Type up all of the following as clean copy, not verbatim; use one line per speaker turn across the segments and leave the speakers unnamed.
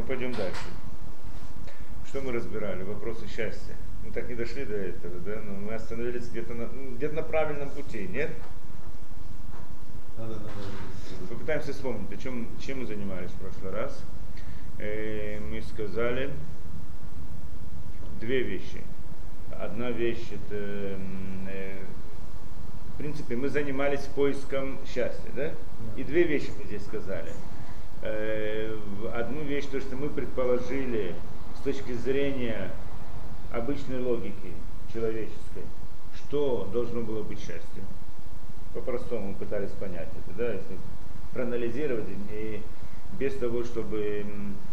пойдем дальше. Что мы разбирали? Вопросы счастья. Мы так не дошли до этого, да? Но мы остановились где-то на правильном пути, нет? Попытаемся вспомнить, чем мы занимались в прошлый раз. Мы сказали две вещи. Одна вещь это, в принципе, мы занимались поиском счастья, да? И две вещи мы здесь сказали. Одну вещь, то, что мы предположили с точки зрения обычной логики человеческой, что должно было быть счастьем. По-простому мы пытались понять это, да, если проанализировать, и без того, чтобы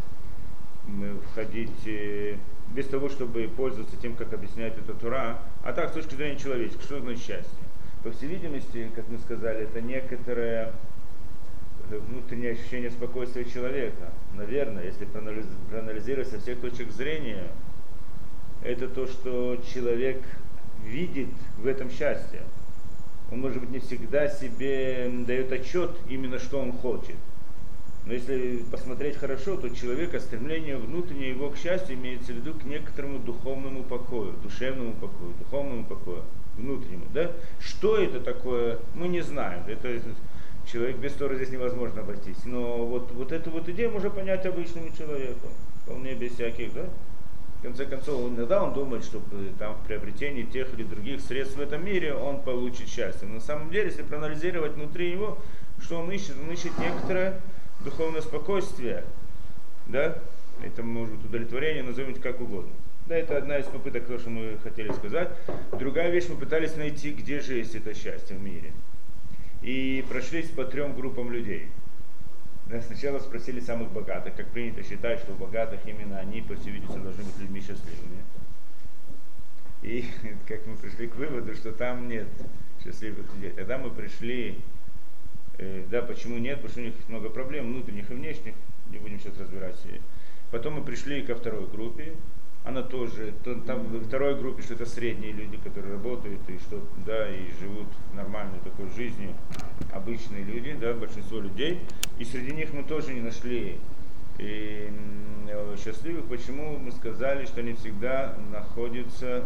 входить, без того, чтобы пользоваться тем, как объясняет это Тора, а так, с точки зрения человеческой, что значит счастье? По всей видимости, как мы сказали, это некоторое внутреннее ощущение спокойствия человека. Наверное, если проанализировать со всех точек зрения, это то, что человек видит в этом счастье. Он, может быть, не всегда себе дает отчет именно, что он хочет. Но если посмотреть хорошо, то человека, стремление внутреннее его к счастью имеется в виду к некоторому духовному покою, душевному покою, духовному покою, внутреннему. Да? Что это такое, мы не знаем. Это, человек без Торы здесь невозможно обойтись. Но вот эту вот идею можно понять обычному человеку, вполне без всяких, да? В конце концов, иногда он думает, что там в приобретении тех или других средств в этом мире он получит счастье. Но на самом деле, если проанализировать внутри него, что он ищет некоторое духовное спокойствие, да, это может быть удовлетворение, назовем это как угодно. Да, это одна из попыток, то, что мы хотели сказать. Другая вещь, мы пытались найти, где же есть это счастье в мире. И прошлись по трем группам людей. Да, сначала спросили самых богатых, как принято считать, что у богатых именно они, по всей видимости, должны быть людьми счастливыми. И как мы пришли к выводу, что там нет счастливых людей. Тогда мы пришли, да, почему нет, потому что у них много проблем, внутренних и внешних, не будем сейчас разбирать все. Потом мы пришли ко второй группе, она тоже, там во второй группе, что это средние люди, которые работают и что, да, и живут нормальной такой жизнью, обычные люди, да, большинство людей. И среди них мы тоже не нашли счастливых. Почему? Мы сказали, что они всегда находятся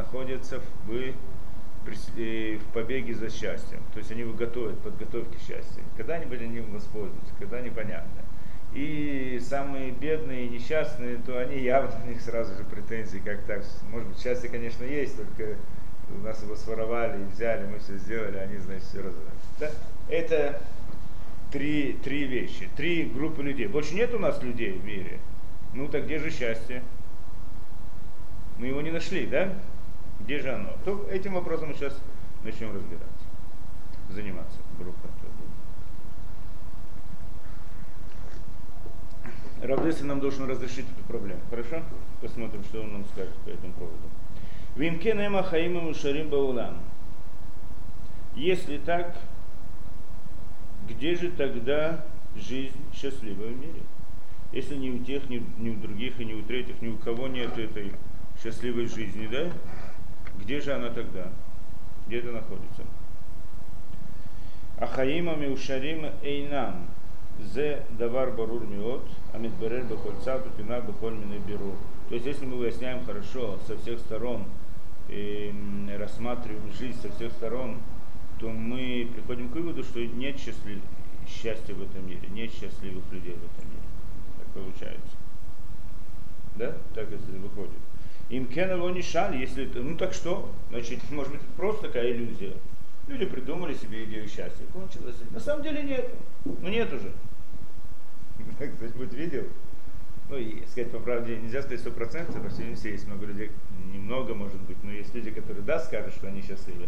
в побеге за счастьем. То есть они готовят подготовки к счастью. Когда-нибудь они им воспользуются, когда непонятно. И самые бедные и несчастные, то они явно, у них сразу же претензии, как так. Может быть, счастье, конечно, есть, только у нас его своровали и взяли, мы все сделали, они, значит, все разорвали. Да? Это три вещи, три группы людей. Больше нет у нас людей в мире. Ну так где же счастье? Мы его не нашли, да? Где же оно? То этим вопросом мы сейчас начнем разбираться, заниматься. Рав Дессер нам должен разрешить эту проблему. Хорошо? Посмотрим, что он нам скажет по этому поводу. Вимке нема хаимам ушарим баулам. Если так, где же тогда жизнь счастливая в мире? Если ни у тех, ни у других, и ни у третьих, ни у кого нет этой счастливой жизни, да? Где же она тогда? Где это находится? Ахаимами ушарим эйнам. Зе давар барур миот, амидберер бехольца, тупина бехоль мине беру. То есть, если мы выясняем хорошо со всех сторон и рассматриваем жизнь со всех сторон, то мы приходим к выводу, что нет счастья в этом мире, нет счастливых людей в этом мире. Так получается. Да? Так если выходит. Им кеново не шаль, если это, ну так что? Значит, может быть, это просто такая иллюзия. Люди придумали себе идею счастья, кончилось. На самом деле нет. Ну нет уже. Кто-нибудь видел? Ну и сказать по правде нельзя сказать 100%, по всей видимости есть много людей, немного может быть, но есть люди, которые да, скажут, что они счастливы.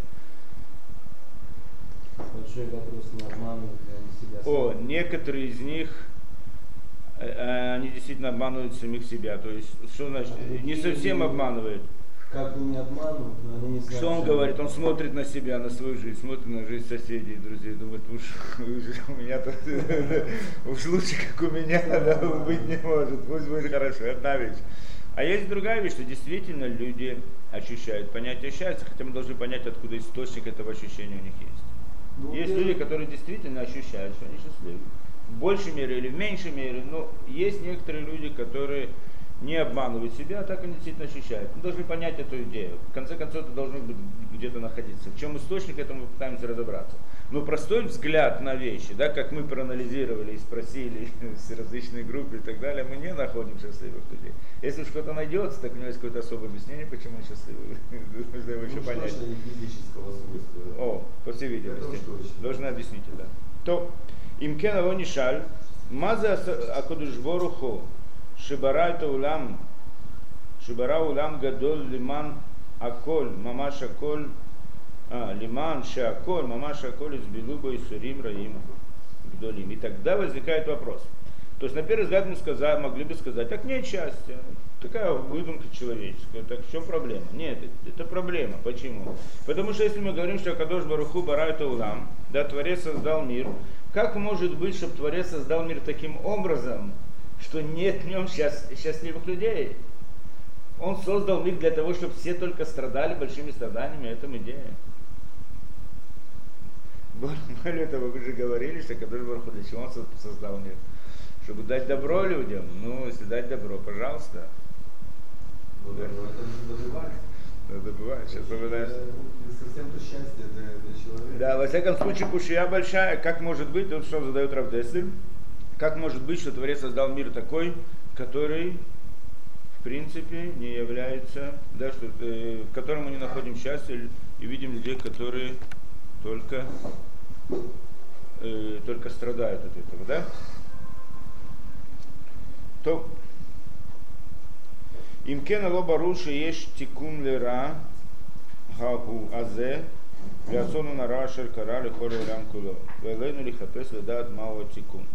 Большой вопрос, не обманывают ли они себя?
Некоторые из них, они действительно обманывают самих себя. То есть, что значит, не совсем обманывают.
Как бы не обманывают, но они не знают.
Что он говорит? Он смотрит на себя, на свою жизнь, смотрит на жизнь соседей, друзей, думает, уж у меня-то уж лучше, как у меня, быть не может, пусть будет хорошо, одна вещь. А есть другая вещь, что действительно люди ощущают понятие счастья, хотя мы должны понять, откуда источник этого ощущения у них есть. Есть люди, которые действительно ощущают, что они счастливы. в большей мере или в меньшей мере, но есть некоторые люди, которые не обманывают себя, а так они действительно ощущают. Мы должны понять эту идею. В конце концов, это должно быть где-то находиться. В чем источник, это мы пытаемся разобраться. Но простой взгляд на вещи, да, как мы проанализировали и спросили с различной группы и так далее, мы не находим счастливых людей. Если что-то найдется, так у него есть какое-то особое объяснение, почему он счастливый. Нужно его еще понять.
Точно не физического свойства.
О, по всей видимости. Должны объяснить это. То, имкен алони шаль, маза акудуш боруху, шибарайта улам, шибара улам гадол лиман аколь, мамаш аколь, лиман шаколь, мамаш аколь из белуба и сурим раим гдолим. И тогда возникает вопрос. То есть на первый взгляд мы могли бы сказать, так нет счастья, такая выдумка человеческая, так в чем проблема? Нет, это проблема. Почему? Потому что если мы говорим, что Акадош Баруху Барайта Улам, да, Творец создал мир, как может быть, чтобы Творец создал мир таким образом, что нет в нем счастливых людей? Он создал мир для того, чтобы все только страдали большими страданиями, это идея. Более того, вы же говорили, что Акадош Баруху для чего он создал мир? Чтобы дать добро людям. Ну, если дать добро, пожалуйста.
Ну, да, но это нужно добывать.
Надо добывать. Сейчас добываешь.
Не совсем то счастье для человека.
Да, во всяком случае, кушия большая. Как может быть, вот что задает Рав Деслер, как может быть, что Творец создал мир такой, который, в принципе, не является, да, что, в котором мы не находим счастья и видим людей, которые только страдают от этого, да? То имкен ло бару шееш тикун лера гагу азе вясону нара шер кара лихоле улам куло велейну лихапес ведат мао тикун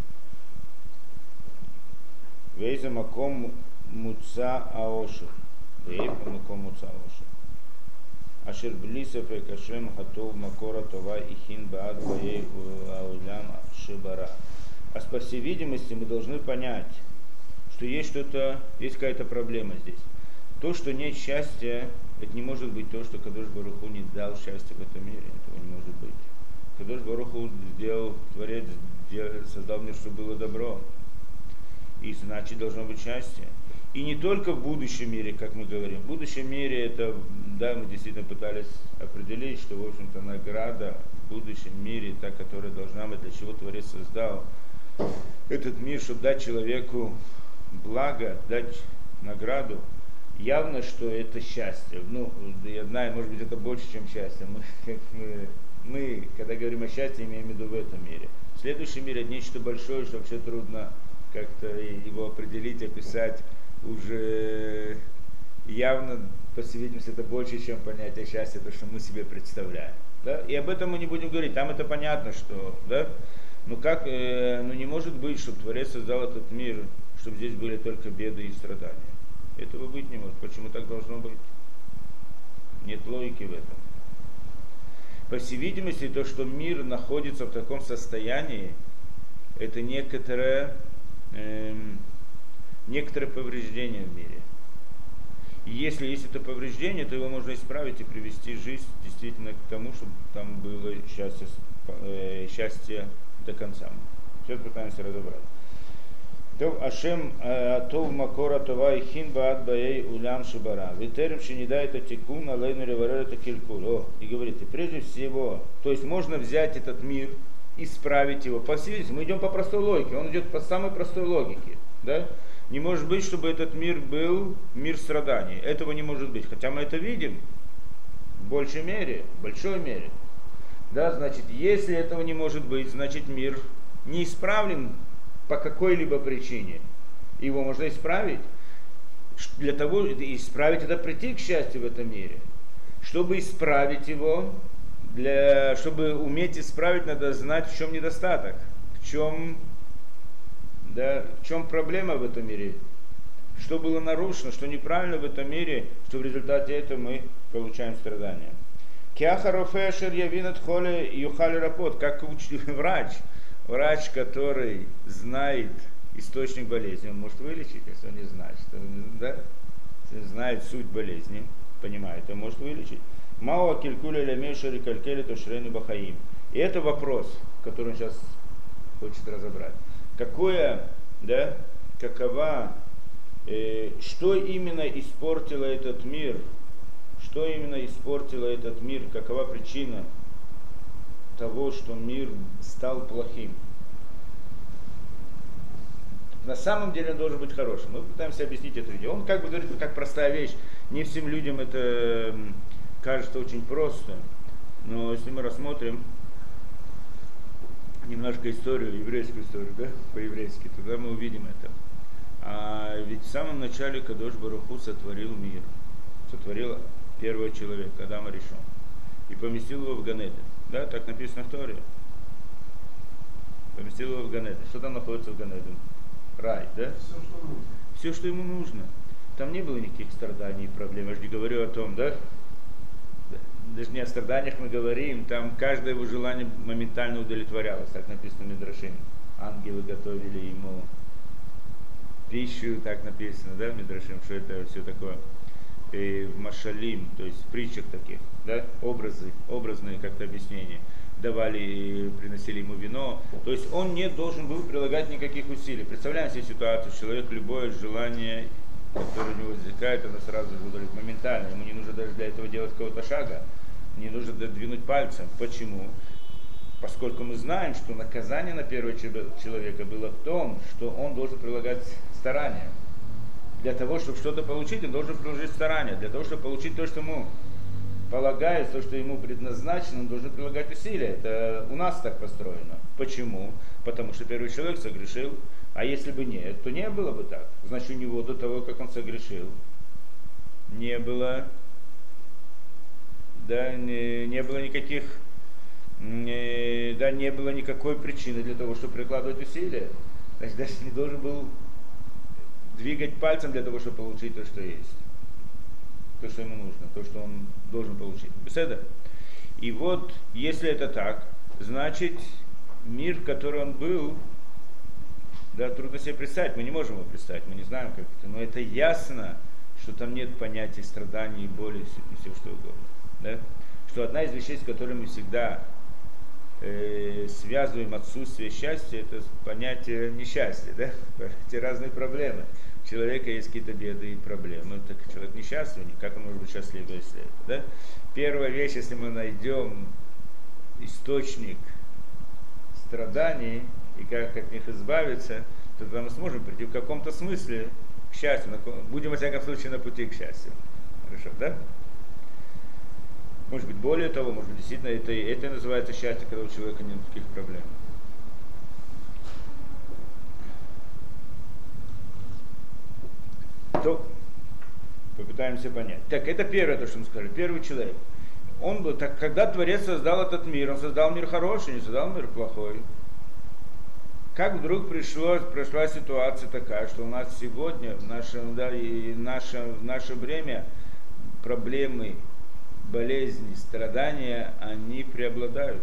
вейзе маком муца аошер вейзе маком муца аошер ашер бли сефек ашем хатов макора това ихин баад баей аулям шибара. А по всей видимости мы должны понять, что есть что-то, есть какая-то проблема здесь. То, что нет счастья, это не может быть то, что Кадош Барух Ху не дал счастья в этом мире. Этого не может быть. Кадош Барух Ху сделал, Творец создал мир, чтобы было добро. И значит должно быть счастье. И не только в будущем мире, как мы говорим. В будущем мире это, да, мы действительно пытались определить, что, в общем-то, награда в будущем мире, та, которая должна быть, для чего Творец создал этот мир, чтобы дать человеку благо, дать награду, явно, что это счастье. Ну, я знаю, может быть, это больше, чем счастье. Мы, когда говорим о счастье, имеем в виду в этом мире. В следующем мире это нечто большое, что вообще трудно как-то его определить, описать. Уже явно, по всей видимости, это больше, чем понятие счастья, то, что мы себе представляем. Да? И об этом мы не будем говорить. Там это понятно, что, да? Ну как, ну не может быть, чтобы Творец создал этот мир, чтобы здесь были только беды и страдания. Этого быть не может. Почему так должно быть? Нет логики в этом. По всей видимости, то, что мир находится в таком состоянии, это некоторое повреждение в мире. И если есть это повреждение, то его можно исправить и привести жизнь действительно к тому, чтобы там было счастье до конца. Сейчас пытаемся разобрать. То Ашем Атов Макора Това и Хин Баад Баей Улям Шибара. Витерем Шинидай это тикун, алейну реварер это килькуль. И говорит, и прежде всего, то есть можно взять этот мир, исправить его. По всей видимости, мы идем по простой логике, он идет по самой простой логике. Да? Не может быть, чтобы этот мир был мир страданий. Этого не может быть. Хотя мы это видим в большой мере. Да, значит, если этого не может быть, значит мир не исправлен по какой-либо причине. Его можно исправить. Для того, исправить это прийти к счастью в этом мире. Чтобы исправить его, чтобы уметь исправить, надо знать, в чем недостаток, в чем проблема в этом мире, что было нарушено, что неправильно в этом мире, что в результате этого мы получаем страдания. Киахарофешер явинат холе юхали рапот, как врач, который знает источник болезни, он может вылечить, если он не знает, да? Если знает суть болезни, понимает, он может вылечить. Мало килькуля лямешери калькели тошрейну бахаим. И это вопрос, который он сейчас хочет разобрать. какое, да, какова, что именно испортило этот мир, что именно испортило этот мир, какова причина того, что мир стал плохим. На самом деле он должен быть хорошим. Мы пытаемся объяснить это видео. Он как бы говорит, как простая вещь. Не всем людям это кажется очень просто. Но если мы рассмотрим немножко историю, еврейскую историю, да, по-еврейски, тогда мы увидим это. А ведь в самом начале Кадош Барух Ху сотворил мир. Сотворил первого человека, Адама Ришон. И поместил его в Ганеден. Да, так написано в Торе. Поместил его в Ганеден. Что там находится в Ганеден? Рай, да?
Все, что нужно.
Все, что ему нужно. Там не было никаких страданий и проблем. Я же не говорю о том, да? Даже не о страданиях мы говорим, там каждое его желание моментально удовлетворялось, так написано в Мидрашим. Ангелы готовили ему пищу, так написано, да, в Мидрашим, что это все такое. И в Машалим, то есть в притчах таких, да, образные как-то объяснения. Давали, приносили ему вино. То есть он не должен был прилагать никаких усилий. Представляем себе ситуацию, человек любое желание, которое у него возникает, оно сразу же удовлетворит моментально. Ему не нужно даже для этого делать какого-то шага, не нужно двинуть пальцем. Почему? Поскольку мы знаем, что наказание на первого человека было в том, что он должен прилагать старания. Для того, чтобы что-то получить, он должен приложить старания. Для того, чтобы получить то, что ему полагается, то, что ему предназначено, он должен прилагать усилия. Это у нас так построено. Почему? Потому что первый человек согрешил, а если бы нет, то не было бы так. Значит, у него до того, как он согрешил, не было, да, не было никаких, да, не было никакой причины для того, чтобы прикладывать усилия. Значит, даже не должен был двигать пальцем для того, чтобы получить то, что есть. То, что ему нужно, то, что он должен получить. Беседа. И вот, если это так, значит, мир, в котором он был, да, трудно себе представить, мы не можем его представить, мы не знаем, как это, но это ясно, что там нет понятия страданий, боли и все что угодно. Да? Что одна из вещей, с которыми мы всегда связываем отсутствие счастья, это понятие несчастья, да? Эти разные проблемы. У человека есть какие-то беды и проблемы, так человек несчастлив, как он может быть счастлив, если это, да? Первая вещь, если мы найдем источник страданий и как от них избавиться, то тогда мы сможем прийти в каком-то смысле к счастью, будем, во всяком случае, на пути к счастью. Хорошо, да? Может быть, более того, может быть, действительно, это называется счастье, когда у человека нет никаких проблем. То попытаемся понять. Так, это первое, то, что мы сказали. Первый человек. Он был, так, когда Творец создал этот мир, он создал мир хороший, не создал мир плохой. Как вдруг пришла ситуация такая, что у нас сегодня, в наше время, проблемы, болезни, страдания, они преобладают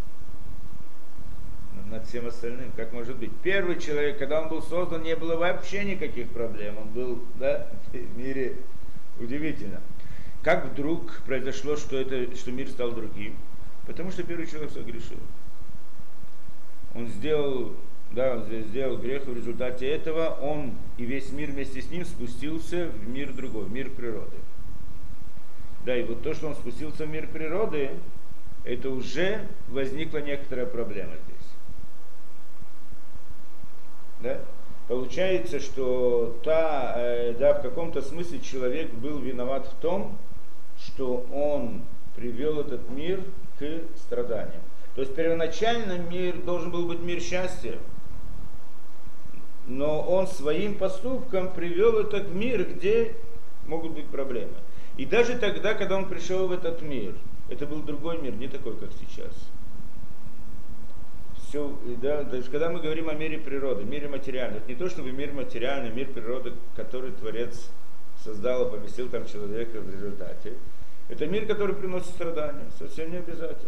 над всем остальным. Как может быть? Первый человек, когда он был создан, не было вообще никаких проблем. Он был, да, в мире удивительно. Как вдруг произошло, что мир стал другим? Потому что первый человек согрешил. Он сделал грех, в результате этого он и весь мир вместе с ним спустился в мир другой, в мир природы. Да, и вот то, что он спустился в мир природы, это уже возникла некоторая проблема здесь. Да? Получается, что в каком-то смысле человек был виноват в том, что он привел этот мир к страданиям. То есть первоначально мир должен был быть мир счастья, но он своим поступком привел это в мир, где могут быть проблемы. И даже тогда, когда он пришел в этот мир, это был другой мир, не такой, как сейчас. Все, да, даже когда мы говорим о мире природы, мире материальном, это не то, чтобы мир материальный, мир природы, который Творец создал и поместил там человека в результате. Это мир, который приносит страдания, совсем не обязательно.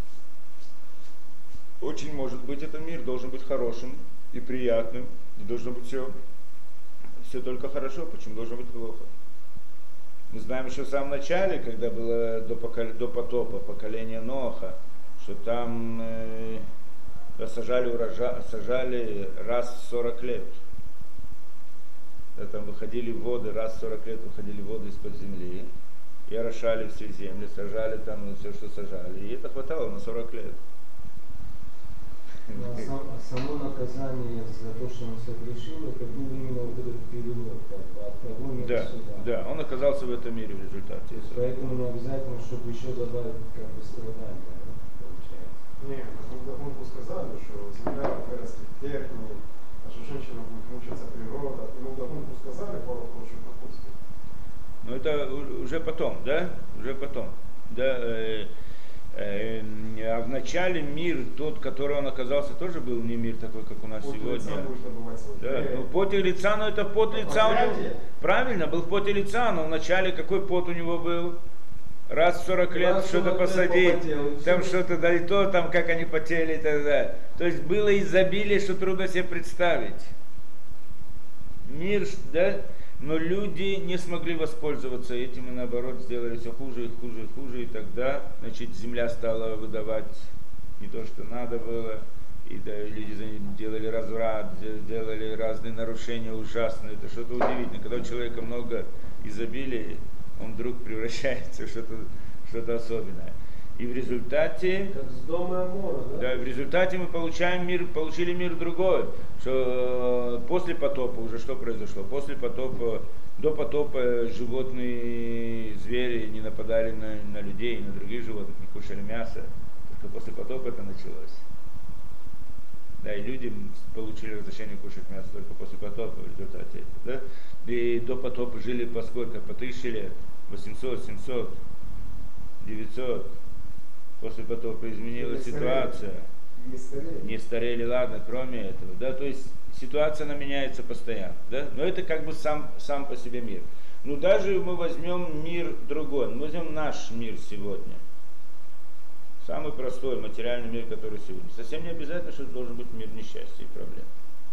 Очень может быть, этот мир должен быть хорошим и приятным, не должно быть все только хорошо, почему должно быть плохо? Мы знаем еще в самом начале, когда было до потопа поколение Ноаха, что там Да, сажали раз в 40 лет. Да, там выходили воды, раз в 40 лет выходили воды из-под земли. И орошали все земли, сажали там все, что сажали. И это хватало на 40 лет.
Ну, а само наказание за то, что он согрешил, это был именно вот этот перевод от того мира
Да,
сюда.
да, он оказался в этом мире в результате.
Поэтому не обязательно, чтобы еще добавить как бы страдания, да, получается.
Не, мы вдогонку сказали, что земля вырастет терпнее, а что женщина будет мучиться природа. И мы вдогонку сказали пару хороших напутствий.
Но это уже потом, да? Уже потом. Да, а в начале мир, тот, который он оказался, тоже был не мир такой, как у нас
Пот
сегодня.
лица будешь добывать свой
Да,
хлеб.
ну пот и лица, но это пот лица.
Проклятие.
Правильно, был в поте лица, но вначале какой пот у него был? Раз в 40 лет
Раз в
что-то
40 лет
посадить,
попотел, и
там
всё.
что-то да и то, там как они потели и так далее. То есть было изобилие, что трудно себе представить. Мир, да? Но люди не смогли воспользоваться этим и наоборот сделали все хуже и хуже и хуже. И тогда, значит, земля стала выдавать не то, что надо было. И да, люди делали разврат, делали разные нарушения ужасные. Это что-то удивительное. Когда у человека много изобилия, он вдруг превращается в что-то особенное. И в результате,
Как с дома Амора, да?
да, в результате мы получили мир другой. Что после потопа уже что произошло? После потопа, до потопа животные, звери не нападали на людей, на других животных, не кушали мясо. Только после потопа это началось. Да, и люди получили разрешение кушать мясо только после потопа в результате этого. Да? И до потопа жили по сколько? По 1000 лет, 800, 700, 900. После потопа изменилась ситуация.
Не старее.
Не старели, ладно, кроме этого. Да? То есть ситуация она меняется постоянно. Да? Но это как бы сам по себе мир. Ну даже мы возьмем мир другой, мы возьмем наш мир сегодня. Самый простой материальный мир, который сегодня. Совсем не обязательно, что это должен быть мир несчастья и проблем.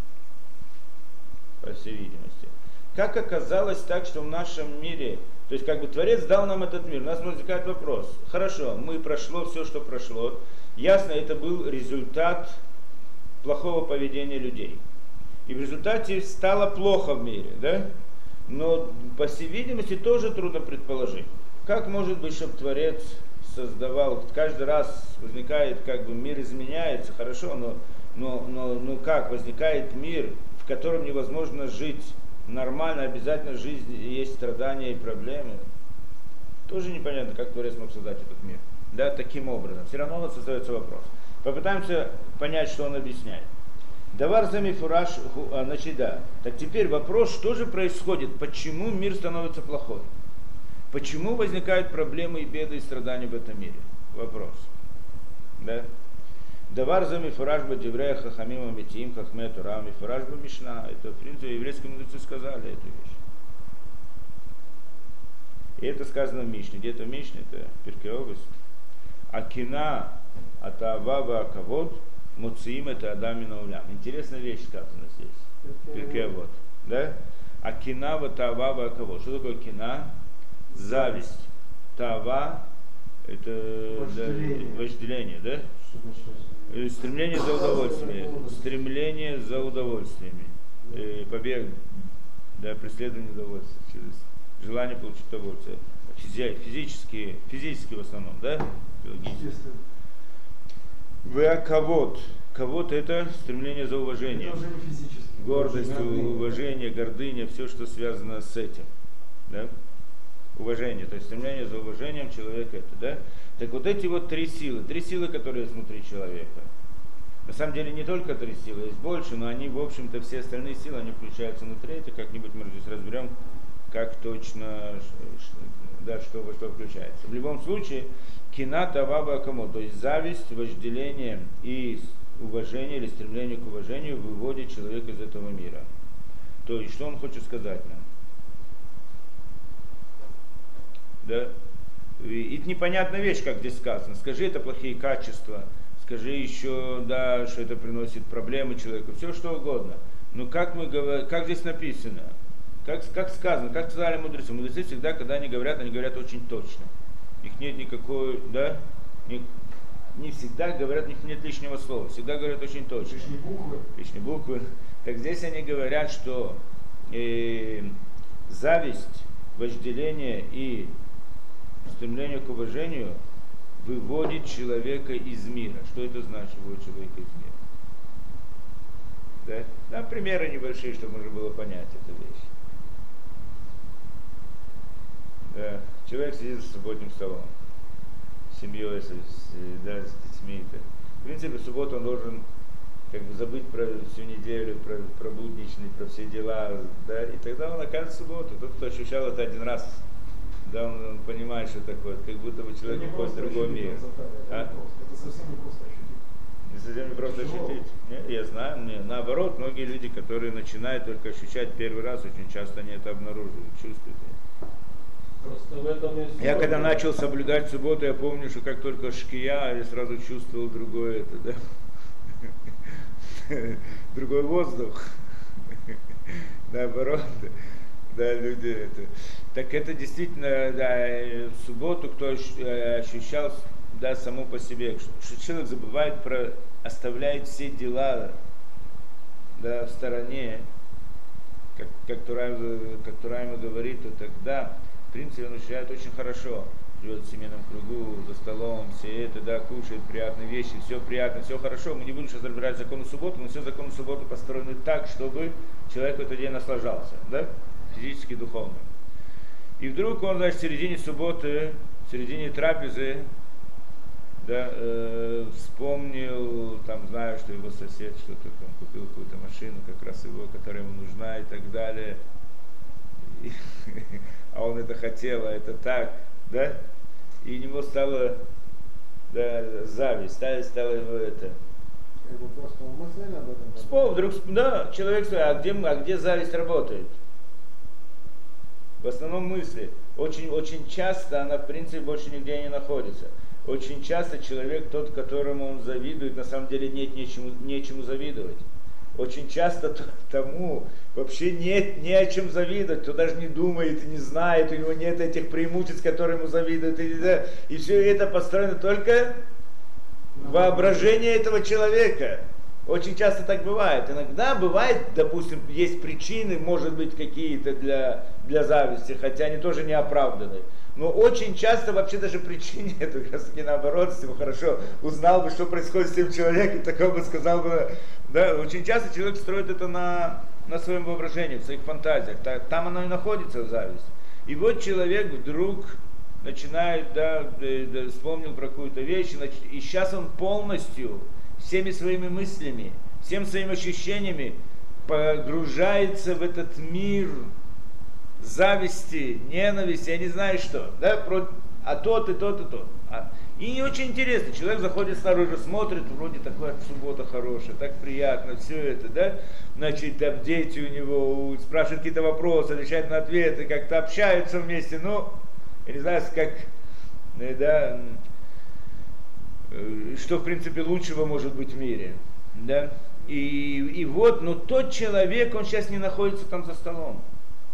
По всей видимости. Как оказалось так, что в нашем мире, то есть как бы Творец дал нам этот мир, у нас возникает вопрос. Хорошо, прошло все, что прошло. Ясно, это был результат плохого поведения людей. И в результате стало плохо в мире, да? Но по всей видимости тоже трудно предположить. Как может быть, чтобы Творец создавал, каждый раз возникает, как бы мир изменяется, хорошо, но как возникает мир, в котором невозможно жить нормально, обязательно жизнь есть страдания и проблемы. Тоже непонятно, как Творец мог создать этот мир. Да, таким образом. Все равно у нас остается вопрос. Попытаемся понять, что он объясняет. Давар замифураж, значит, да. Так теперь вопрос, что же происходит, почему мир становится плохой? Почему возникают проблемы и беды и страдания в этом мире? Вопрос. Да? Давар за мифураж ба деврея хахамим амитим хахме тура мифураж ба мишна. Это, в принципе, еврейские мудрецы сказали эту вещь. И это сказано в Мишне. Где-то в Мишне, это Пиркей Авот. Акина атаава акавод муциим это адамина улям. Интересная вещь сказана здесь. Пиркей Авот. Да? Акина атаава акавод. Что такое кина? Зависть. Тава это вожделение, да?
Что значит вожделение?
Стремление за удовольствиями. Стремление за удовольствиями. Побег, да, преследование удовольствия. Через желание получить удовольствие. Физически в основном, да?
Естественно.
Кавод. Кавод это стремление за уважением.
Это уже не физически.
Гордость, уважение, гордыня, все, что связано с этим. Да? Уважение, то есть стремление за уважением человека это, да? Так вот эти вот три силы, которые есть внутри человека. На самом деле не только три силы, есть больше, но они, в общем-то, все остальные силы, они включаются внутри, это как-нибудь мы здесь разберем, как точно, да, что во что включается. В любом случае, кина таваба акамо, то есть зависть, вожделение и уважение или стремление к уважению выводит человека из этого мира. То есть, что он хочет сказать нам? Да? И это непонятная вещь, как здесь сказано. Скажи, это плохие качества, скажи еще, да, что это приносит проблемы человеку, все что угодно. Но как здесь написано, как сказано, как сказали мудрецы. Мудрецы всегда, когда они говорят очень точно. Их нет никакой, да, не всегда говорят, у них нет лишнего слова, всегда говорят очень точно.
Лишние буквы.
Лишние буквы. Так здесь они говорят, что зависть, вожделение и стремление к уважению выводит человека из мира. Что это значит, выводит человека из мира? Да? Там примеры небольшие, чтобы можно было понять эту вещь. Да. Человек сидит за субботним столом, с семьей, с детьми. В принципе, в субботу он должен как бы забыть про всю неделю, про будничный, про все дела, да, и тогда он окажется в субботу. Тот, кто ощущал это один раз, да, он понимает, что такое, как будто бы человек не ходит в другой мир.
Это совсем не просто ощутить.
Не совсем не просто ощутить. Нет, я знаю, наоборот, многие люди, которые начинают только ощущать первый раз, очень часто они это обнаруживают, чувствуют.
Просто в этом и
Я когда
суть.
начал соблюдать субботу, я помню, что как только шкия, я сразу чувствовал другое это, да. Другой воздух. Наоборот, да, люди это. Так это действительно, да, в субботу, кто ощущал, да, само по себе, что человек забывает оставляет все дела, да, в стороне, как Тура ему говорит, то тогда, в принципе, он ощущает очень хорошо. Живет в семейном кругу, за столом, все это, да, кушает приятные вещи, все приятно, все хорошо. Мы не будем сейчас разбирать законы субботы, но все законы субботы построены так, чтобы человек в этот день наслаждался, да, физически и духовно. И вдруг он, значит, в середине субботы, в середине трапезы, да, вспомнил, там, знаю, что его сосед что-то там купил, какую-то машину, как раз его, которая ему нужна и так далее. А он это хотел, а это так, да? И у него стало, да, зависть, стало его это.
Как бы просто мысленно об этом.
Вспомнил, вдруг, да, человек сказал, а где зависть работает? В основном мысли. Очень часто она, в принципе, больше нигде не находится. Очень часто человек, тот, которому он завидует, на самом деле нет нечему завидовать. Очень часто тому вообще нет ни о чем завидовать, кто даже не думает и не знает, у него нет этих преимуществ, которые ему завидуют. И все это построено только воображение этого человека. Очень часто так бывает. Иногда бывает, допустим, есть причины, может быть, какие-то для зависти, хотя они тоже не оправданы. Но очень часто вообще даже причин нету, как раз таки наоборот, если бы хорошо узнал бы, что происходит с тем человеком, такого бы сказал бы, да, очень часто человек строит это на своем воображении, в своих фантазиях, там оно и находится, зависть. И вот человек вдруг начинает, да, вспомнил про какую-то вещь, и сейчас он полностью всеми своими мыслями, всеми своими ощущениями погружается в этот мир зависти, ненависти, я не знаю что, да, а тот и тот и тот. И очень интересно, человек заходит снаружи, смотрит, вроде такая суббота хорошая, так приятно, все это, да, значит, там дети у него спрашивают какие-то вопросы, отвечают на ответы, как-то общаются вместе, ну, я не знаю, как, да, что, в принципе, лучшего может быть в мире, да, и вот, но тот человек, он сейчас не находится там за столом.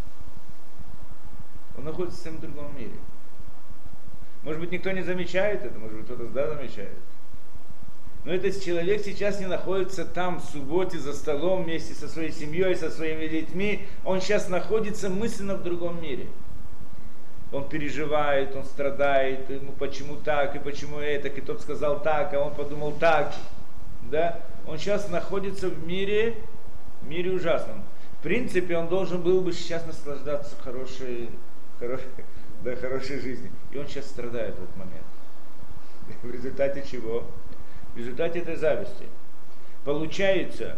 Он находится в совсем другом мире. Может быть, никто не замечает это, может быть, кто-то да замечает. Но этот человек сейчас не находится там в субботе за столом вместе со своей семьей, со своими детьми. Он сейчас находится мысленно в другом мире. Он переживает, он страдает, ему почему так, и почему это, и тот сказал так, а он подумал так. Да? Он сейчас находится в мире ужасном. В принципе, он должен был бы сейчас наслаждаться хорошей жизни. И он сейчас страдает в этот момент. В результате чего? В результате этой зависти. Получается,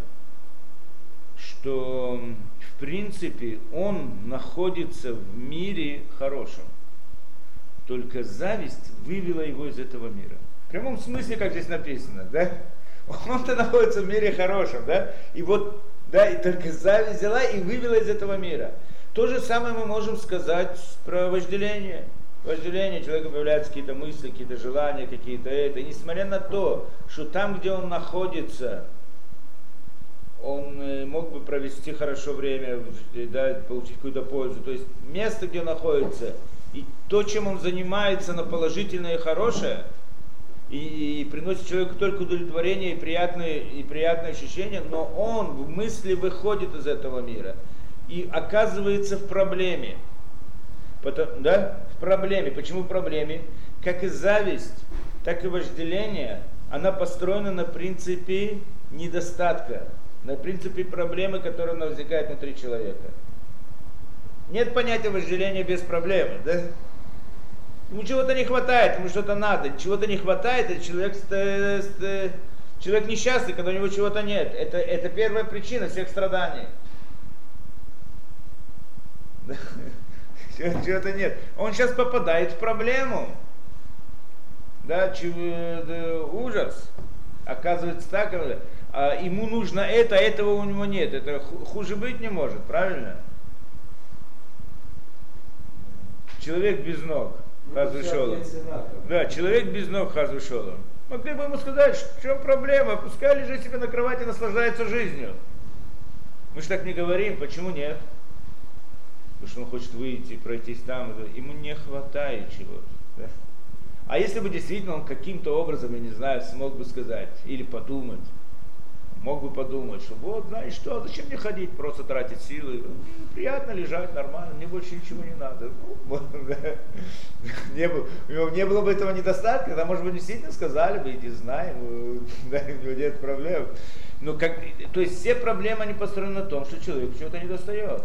что в принципе он находится в мире хорошем. Только зависть вывела его из этого мира. В прямом смысле, как здесь написано, да? Он-то находится в мире хорошем, да? И вот, да, и только зависть взяла и вывела из этого мира. То же самое мы можем сказать про вожделение. Вожделение, у человека появляются какие-то мысли, какие-то желания, какие-то это. И несмотря на то, что там, где он находится, он мог бы провести хорошо время, да, получить какую-то пользу. То есть место, где он находится, и то, чем он занимается, на положительное и хорошее, и приносит человеку только удовлетворение и приятные ощущения, но он в мысли выходит из этого мира и оказывается в проблеме. Да? В проблеме. Почему в проблеме? Как и зависть, так и вожделение, она построена на принципе недостатка, на принципе проблемы, которая возникает внутри человека. Нет понятия вожделения без проблемы, да? Ему чего-то не хватает, ему что-то надо, чего-то не хватает, и человек несчастный, когда у него чего-то нет. Это первая причина всех страданий. Чего-то нет. Он сейчас попадает в проблему. Да, ужас. Оказывается так, ему нужно это, а этого у него нет. Это хуже быть не может, правильно? Человек без ног. Да, человек без ног хазвышолом. Могли бы ему сказать, в чем проблема, пускай лежит себе на кровати и наслаждается жизнью. Мы же так не говорим, почему нет? Потому что он хочет выйти, пройтись там, ему не хватает чего-то. Да? А если бы действительно он каким-то образом, я не знаю, смог бы сказать или подумать, мог бы подумать, что вот, знаешь что, зачем мне ходить, просто тратить силы, приятно лежать, нормально, мне больше ничего не надо. У него не было бы этого недостатка, тогда, может быть, действительно сказали бы, иди знай, у него нет проблем. Но то есть все проблемы, они построены на том, что человек чего-то не достает.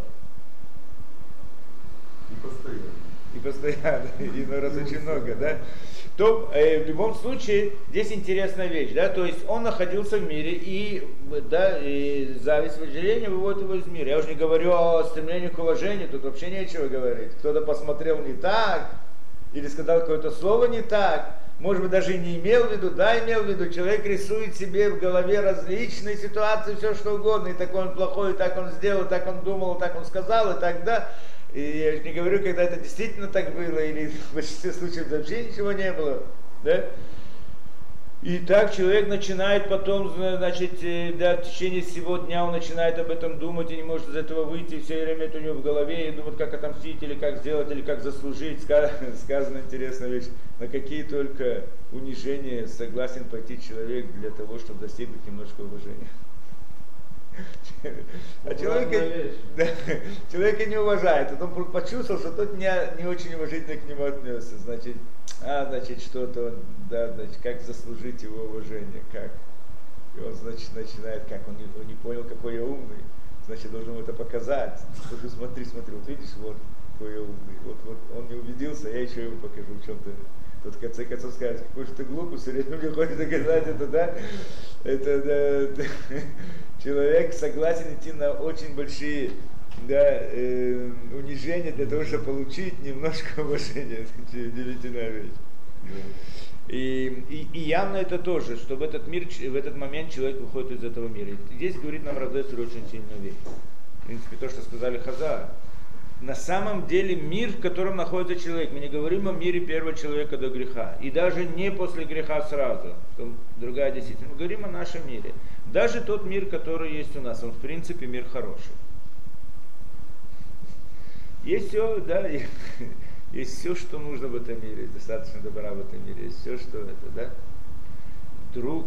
И постоянно, и раз очень много, да. То в любом случае здесь интересная вещь, да, то есть он находился в мире, и зависть, вожделение выводит его из мира. Я уже не говорю о стремлении к уважению, тут вообще нечего говорить. Кто-то посмотрел не так, или сказал какое-то слово не так, может быть, даже и не имел в виду, да, имел в виду. Человек рисует себе в голове различные ситуации, все что угодно, и такой он плохой, и так он сделал, и так он думал, и так он сказал, и так да. И я не говорю, когда это действительно так было, или в большинстве случаев вообще ничего не было. Да? И так человек начинает потом, значит, да, в течение всего дня он начинает об этом думать и не может из этого выйти, и все время это у него в голове, и думает, как отомстить, или как сделать, или как заслужить. Сказана интересная вещь, на какие только унижения согласен пойти человек для того, чтобы достигнуть немножко уважения. А человека не уважает, а он почувствовал, что тот не очень уважительно к нему отнесся. Значит, что-то, да, значит, как заслужить его уважение, как. И он, значит, начинает, как он не понял, какой я умный, значит, должен ему это показать. Слушай, смотри, вот видишь, вот какой я умный. Вот он не убедился, я еще ему покажу в чем-то. Тот в конце концов скажет, какой же ты глупый, все время мне хочет доказать это, да? Это, да, человек согласен идти на очень большие, да, унижения для того, чтобы получить немножко уважения. Это удивительная вещь. И явно это тоже, что в этот момент человек выходит из этого мира. И здесь говорит нам Равдецер очень сильную вещь. В принципе, то, что сказали Хазар. На самом деле мир, в котором находится человек, мы не говорим о мире первого человека до греха, и даже не после греха сразу, другая действительность, мы говорим о нашем мире. Даже тот мир, который есть у нас, он в принципе мир хороший. Есть все, да, есть все, что нужно в этом мире, достаточно добра в этом мире, есть все, что это, да. Вдруг,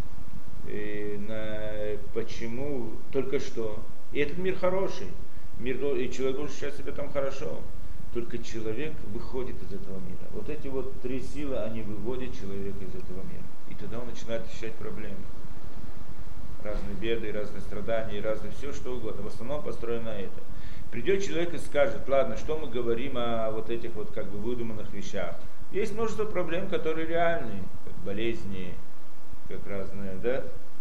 почему, только что, и этот мир хороший. И человек должен считать себя там хорошо. Только человек выходит из этого мира. Вот эти вот три силы, они выводят человека из этого мира. И тогда он начинает ощущать проблемы. Разные беды, разные страдания, разные все что угодно. В основном построено на это. Придет человек и скажет, ладно, что мы говорим о вот этих вот как бы выдуманных вещах. Есть множество проблем, которые реальные, как болезни, как разные, да?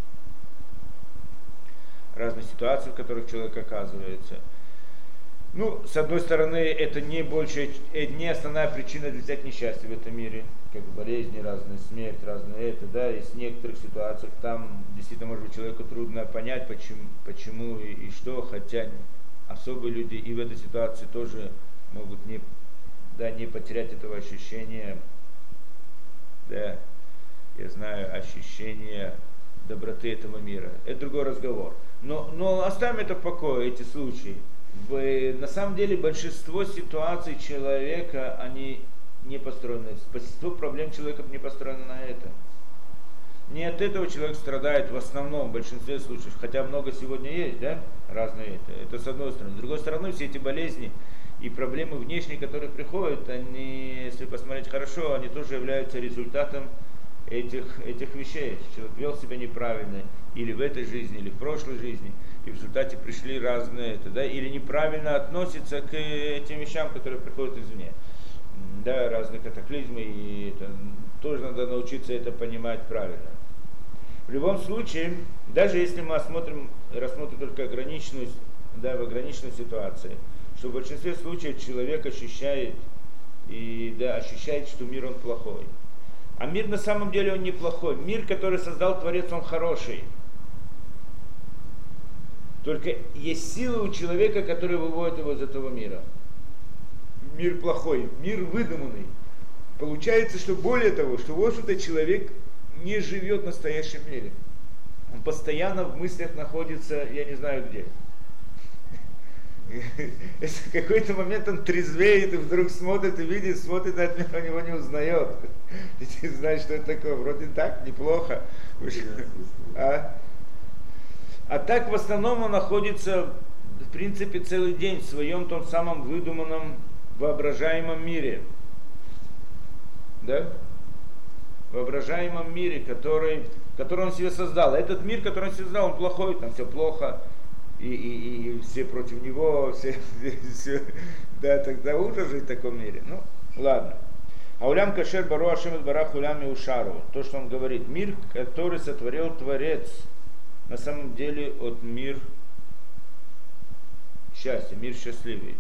Разные ситуации, в которых человек оказывается. Ну, с одной стороны, это не основная причина для всяких несчастий в этом мире, как болезни разные, смерть разные, это, да, и в некоторых ситуациях там действительно, может быть, человеку трудно понять, почему и что, хотя особые люди и в этой ситуации тоже могут не потерять этого ощущения, да, я знаю, ощущения доброты этого мира. Это другой разговор. Но оставим это в покое, эти случаи. На самом деле большинство ситуаций человека, они не построены, большинство проблем человека не построено на это. Не от этого человек страдает в основном, в большинстве случаев, хотя много сегодня есть, да, разные это с одной стороны. С другой стороны, все эти болезни и проблемы внешние, которые приходят, они, если посмотреть хорошо, они тоже являются результатом этих вещей. Человек вел себя неправильно или в этой жизни, или в прошлой жизни, и в результате пришли разные, да, или неправильно относится к этим вещам, которые приходят извне. Да, разные катаклизмы, и это, тоже надо научиться это понимать правильно. В любом случае, даже если мы рассмотрим только ограниченную, да, в ограниченной ситуации, что в большинстве случаев человек ощущает, ощущает, что мир он плохой. А мир на самом деле он не плохой. Мир, который создал Творец, он хороший. Только есть силы у человека, которые выводят его из этого мира. Мир плохой, мир выдуманный. Получается, что более того, что в общем-то человек не живет в настоящем мире. Он постоянно в мыслях находится, я не знаю где. В какой-то момент он трезвеет и вдруг смотрит и видит, смотрит на этот мир, он его не узнает. И не знает, что это такое. Вроде так, неплохо. А так в основном он находится, в принципе, целый день в своем том самом выдуманном, воображаемом мире. Да? Воображаемом мире, который он себе создал. А этот мир, который он себе создал, он плохой, там все плохо. И все против него, все, да, тогда ужас жить в таком мире. Ну, ладно. Аулям кашер бару ашем барах улям и ушару. То, что он говорит, мир, который сотворил Творец, на самом деле от мир счастья, мир счастливый.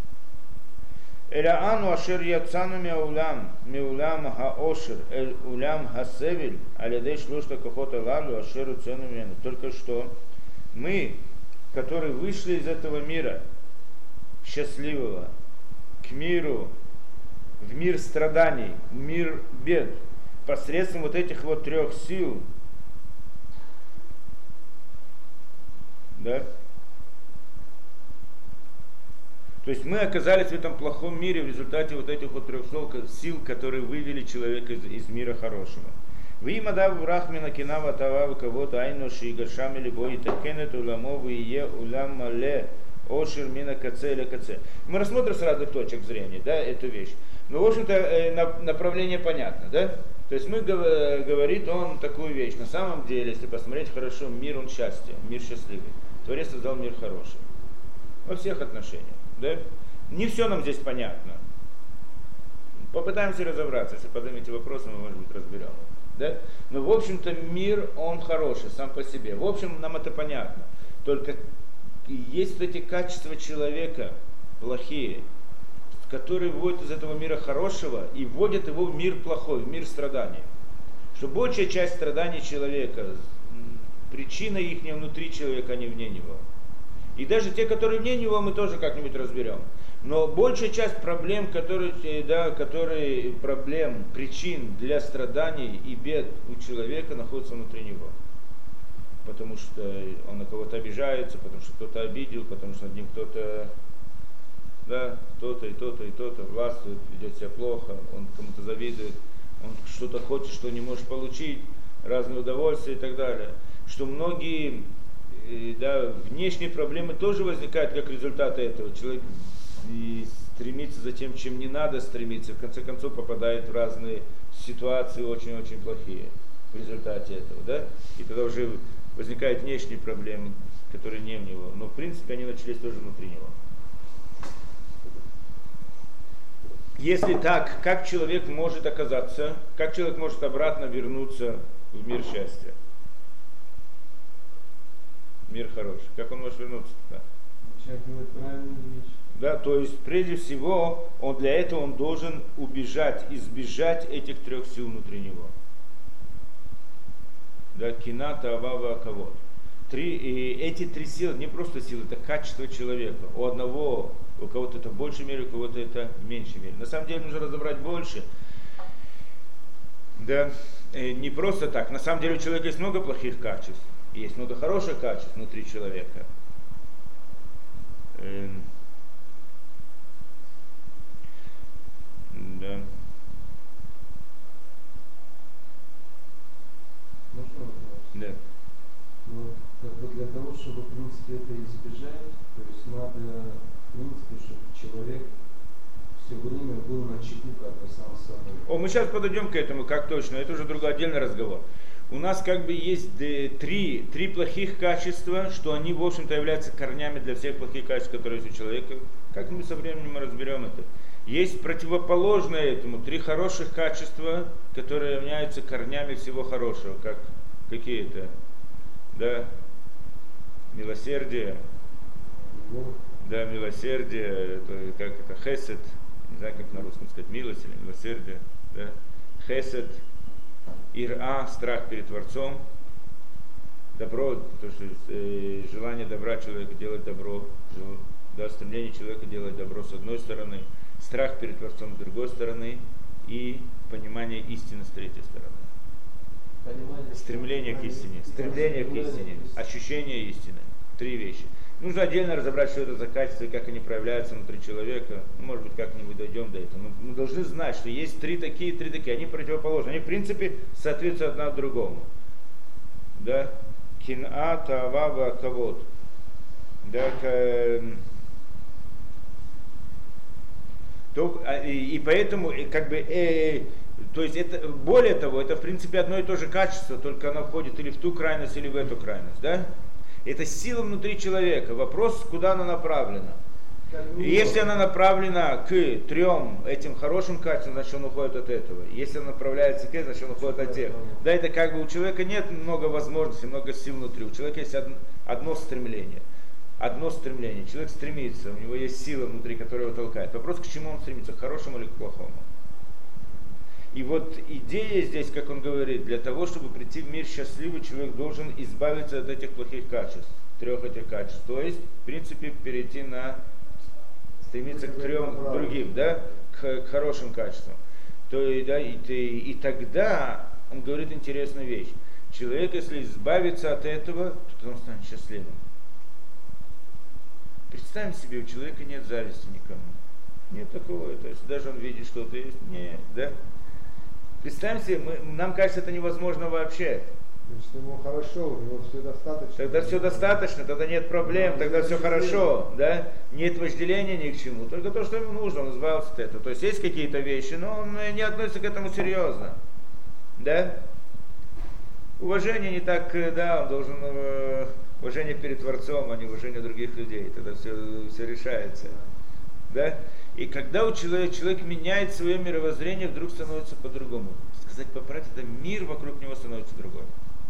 Элаану ашер яцану миулям хаошер, эль улям хасевель, алядей шлушта кохота лалу ашеру цену мену. Только что мы, которые вышли из этого мира счастливого к миру, в мир страданий, в мир бед, посредством вот этих вот трех сил, да? То есть мы оказались в этом плохом мире в результате вот этих вот трех сил, которые вывели человека из мира хорошего. Вы мадав рахмина кинава тавав кого-то айнуши и гашами либо и такенет уламов и е улам мале ошир мина каце или каце. Мы рассмотрим с разных точек зрения, да, эту вещь. Но в общем-то направление понятно, да? То есть говорит он такую вещь. На самом деле, если посмотреть хорошо, мир он счастье, мир счастливый. Творец создал мир хороший. Во всех отношениях, да? Не все нам здесь понятно. Попытаемся разобраться. Если поднимете вопросы, мы, может быть, разберем. Да? Но в общем-то мир, он хороший сам по себе. В общем, нам это понятно. Только есть эти качества человека плохие, которые вводят из этого мира хорошего и вводят его в мир плохой, в мир страданий. Что большая часть страданий человека, причина их не внутри человека, а не вне него. И даже те, которые вне него, мы тоже как-нибудь разберем. Но большая часть проблем, причин для страданий и бед у человека находится внутри него. Потому что он на кого-то обижается, потому что кто-то обидел, потому что над ним кто-то, да, то-то и то-то и то-то властвует, ведет себя плохо, он кому-то завидует, он что-то хочет, что не может получить, разные удовольствия и так далее. Что многие, да, внешние проблемы тоже возникают как результат этого. Человек и стремится за тем, чем не надо стремиться, в конце концов попадает в разные ситуации очень-очень плохие в результате этого, да? И тогда уже возникают внешние проблемы, которые не в него, но в принципе они начались тоже внутри него. Если так, как человек может оказаться, как человек может обратно вернуться в мир счастья? Мир хороший. Как он может вернуться туда?
Человек делает правильные вещи.
Да, то есть прежде всего для этого он должен избежать этих трех сил внутри него. Да, кина, таава, кавод. Эти три силы не просто силы, это качество человека. У кого-то это в большей мере, у кого-то это в меньшей мере. На самом деле нужно разобрать больше. Да, не просто так. На самом деле у человека есть много плохих качеств, есть много хороших качеств внутри человека. Да.
Но в принципе, чтобы человек все время был на чеку как-то сам с собой.
Мы сейчас подойдем к этому, как точно, это уже другой отдельный разговор. У нас как бы есть три плохих качества, что они, в общем-то, являются корнями для всех плохих качеств, которые есть у человека. Как-нибудь со временем мы разберем это. Есть противоположное этому, три хороших качества, которые являются корнями всего хорошего. Какие это? Да? Милосердие. Да, милосердие, это хесед, не знаю, как на русском сказать, милость или милосердие. Да? Хесед, ира, страх перед Творцом. Добро, то, что желание добра человека делать добро, да, стремление человека делать добро с одной стороны, страх перед Творцом с другой стороны и понимание истины с третьей стороны. Стремление к истине, ощущение истины. Три вещи. Нужно отдельно разобрать, что это за качества и как они проявляются внутри человека. Может быть, как-нибудь дойдем до этого. Но мы должны знать, что есть три такие. Они противоположны. Они, в принципе, соответствуют одна другому. Да? Кина, таава, кавод. Да, и поэтому, как бы, то есть это, более того, это в принципе одно и то же качество, только оно входит или в ту крайность, или в эту крайность, да? Это сила внутри человека. Вопрос, куда она направлена. И если она направлена к трем этим хорошим качествам, значит он уходит от этого. Если она направляется к этому, значит он уходит от тех. Да, это как бы у человека нет много возможностей, много сил внутри. У человека есть одно стремление. Человек стремится, у него есть сила внутри, которая его толкает. Вопрос, к чему он стремится, к хорошему или к плохому. И вот идея здесь, как он говорит, для того, чтобы прийти в мир счастливый, человек должен избавиться от этих плохих качеств, трех этих качеств. То есть, в принципе, стремиться к трем другим, да, к хорошим качествам. И тогда он говорит интересную вещь. Человек, если избавится от этого, то он станет счастливым. Представим себе, у человека нет зависти никому. Нет такого. То есть даже он видит что-то есть. Нет, да? Представим себе, нам кажется, это невозможно вообще.
Значит, ему хорошо, у него все достаточно.
Тогда все достаточно, тогда нет проблем, тогда все хорошо, да? Нет вожделения ни к чему, только то, что ему нужно, он избавился от этого. То есть есть какие-то вещи, но он не относится к этому серьезно, да? Уважение не так, да, он должен уважение перед Творцом, а не уважение других людей, тогда все решается, да? И когда у человек меняет свое мировоззрение, вдруг становится по-другому. Сказать по правде, это мир вокруг него становится другой.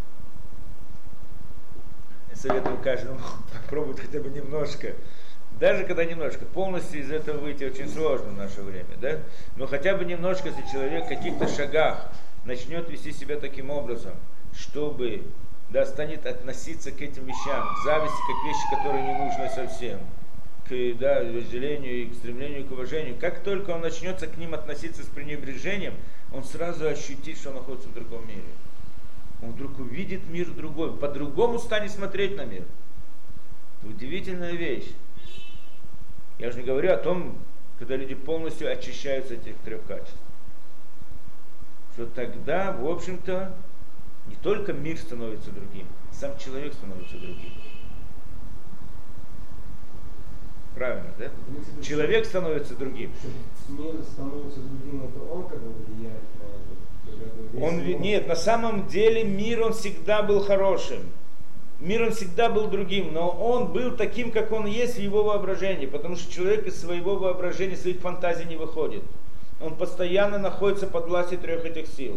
Я советую каждому попробовать хотя бы немножко. Даже когда немножко. Полностью из этого выйти очень сложно в наше время. Да? Но хотя бы немножко, если человек в каких-то шагах начнет вести себя таким образом, чтобы станет относиться к этим вещам, к зависти, как вещи, которые не нужны совсем, к вожделению и к стремлению к уважению. Как только он начнется к ним относиться с пренебрежением, он сразу ощутит, что он находится в другом мире. Он вдруг увидит мир другой, по-другому станет смотреть на мир. Это удивительная вещь. Я же не говорю о том, когда люди полностью очищаются от этих трех качеств. Что тогда, в общем-то, не только мир становится другим, сам человек становится другим. Правильно, да? Человек становится другим.
Мир становится другим, это он как бы влияет на это?
Нет, на самом деле мир, он всегда был хорошим. Мир, он всегда был другим, но он был таким, как он есть в его воображении, потому что человек из своего воображения, своих фантазий не выходит. Он постоянно находится под властью трех этих сил.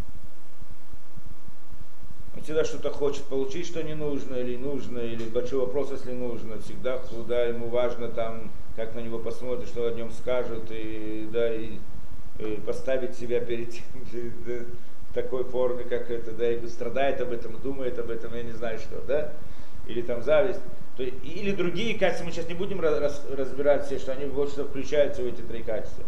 Он всегда что-то хочет получить, что не нужно, или большой вопрос, если нужно. Всегда ему важно там, как на него посмотрят, что о нем скажут, и поставить себя перед тем, в такой форме, как это, и страдает об этом, думает об этом, я не знаю что, да? Или там зависть. Или другие качества, мы сейчас не будем разбирать все, что они вот что включаются в эти три качества.